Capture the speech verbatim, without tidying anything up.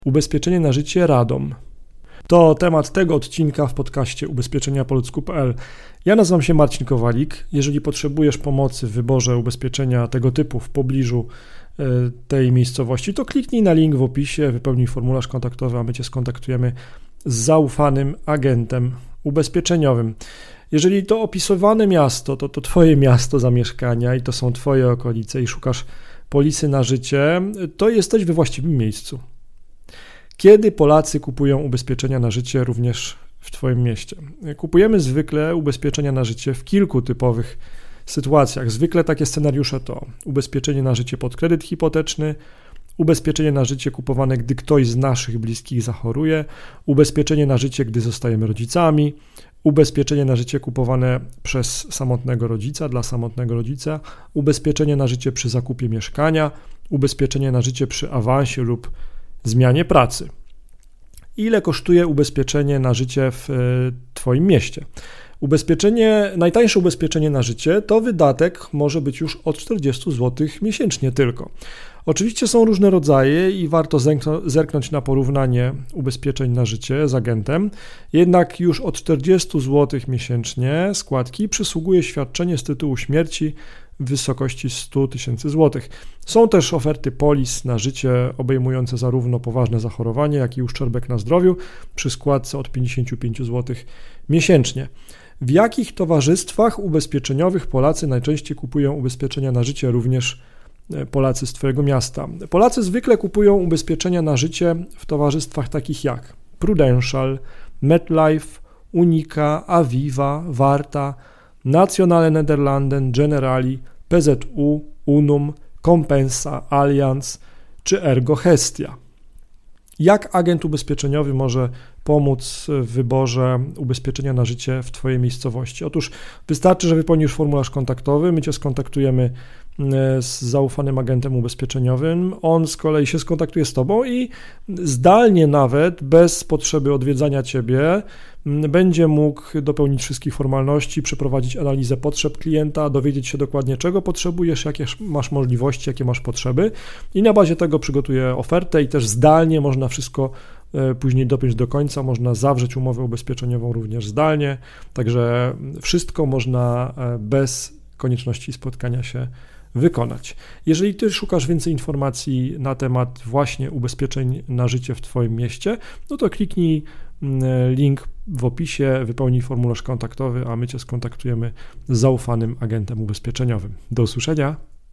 Ubezpieczenie na życie Radom. To temat tego odcinka w podcaście ubezpieczenia po ludzku kropka p l. Ja nazywam się Marcin Kowalik. Jeżeli potrzebujesz pomocy w wyborze ubezpieczenia tego typu w pobliżu tej miejscowości, to kliknij na link w opisie, wypełnij formularz kontaktowy, a my Cię skontaktujemy z zaufanym agentem ubezpieczeniowym. Jeżeli to opisywane miasto, to to Twoje miasto zamieszkania i to są Twoje okolice i szukasz polisy na życie, to jesteś we właściwym miejscu. Kiedy Polacy kupują ubezpieczenia na życie również w Twoim mieście? Kupujemy zwykle ubezpieczenia na życie w kilku typowych sytuacjach. Zwykle takie scenariusze to ubezpieczenie na życie pod kredyt hipoteczny, ubezpieczenie na życie kupowane, gdy ktoś z naszych bliskich zachoruje, ubezpieczenie na życie, gdy zostajemy rodzicami, ubezpieczenie na życie kupowane przez samotnego rodzica, dla samotnego rodzica, ubezpieczenie na życie przy zakupie mieszkania, ubezpieczenie na życie przy awansie lub zmianie pracy. Ile kosztuje ubezpieczenie na życie w Twoim mieście? Ubezpieczenie, najtańsze ubezpieczenie na życie to wydatek może być już od czterdzieści złotych miesięcznie tylko. Oczywiście są różne rodzaje i warto zerknąć na porównanie ubezpieczeń na życie z agentem, jednak już od czterdzieści złotych miesięcznie składki przysługuje świadczenie z tytułu śmierci w wysokości sto tysięcy złotych. Są też oferty polis na życie obejmujące zarówno poważne zachorowanie, jak i uszczerbek na zdrowiu przy składce od pięćdziesiąt pięć złotych miesięcznie. W jakich towarzystwach ubezpieczeniowych Polacy najczęściej kupują ubezpieczenia na życie, również Polacy z Twojego miasta? Polacy zwykle kupują ubezpieczenia na życie w towarzystwach takich jak Prudential, MetLife, Unica, Aviva, Warta, Nationale Nederlanden, Generali, P Z U, Unum, Compensa, Allianz czy Ergo Hestia. Jak agent ubezpieczeniowy może pomóc w wyborze ubezpieczenia na życie w Twojej miejscowości? Otóż wystarczy, że wypełnisz formularz kontaktowy, my Cię skontaktujemy z zaufanym agentem ubezpieczeniowym, on z kolei się skontaktuje z Tobą i zdalnie nawet, bez potrzeby odwiedzania Ciebie, będzie mógł dopełnić wszystkich formalności, przeprowadzić analizę potrzeb klienta, dowiedzieć się dokładnie, czego potrzebujesz, jakie masz możliwości, jakie masz potrzeby i na bazie tego przygotuje ofertę i też zdalnie można wszystko później dopiąć do końca, można zawrzeć umowę ubezpieczeniową również zdalnie, także wszystko można bez konieczności spotkania się wykonać. Jeżeli Ty szukasz więcej informacji na temat właśnie ubezpieczeń na życie w Twoim mieście, no to kliknij link w opisie, wypełnij formularz kontaktowy, a my Cię skontaktujemy z zaufanym agentem ubezpieczeniowym. Do usłyszenia.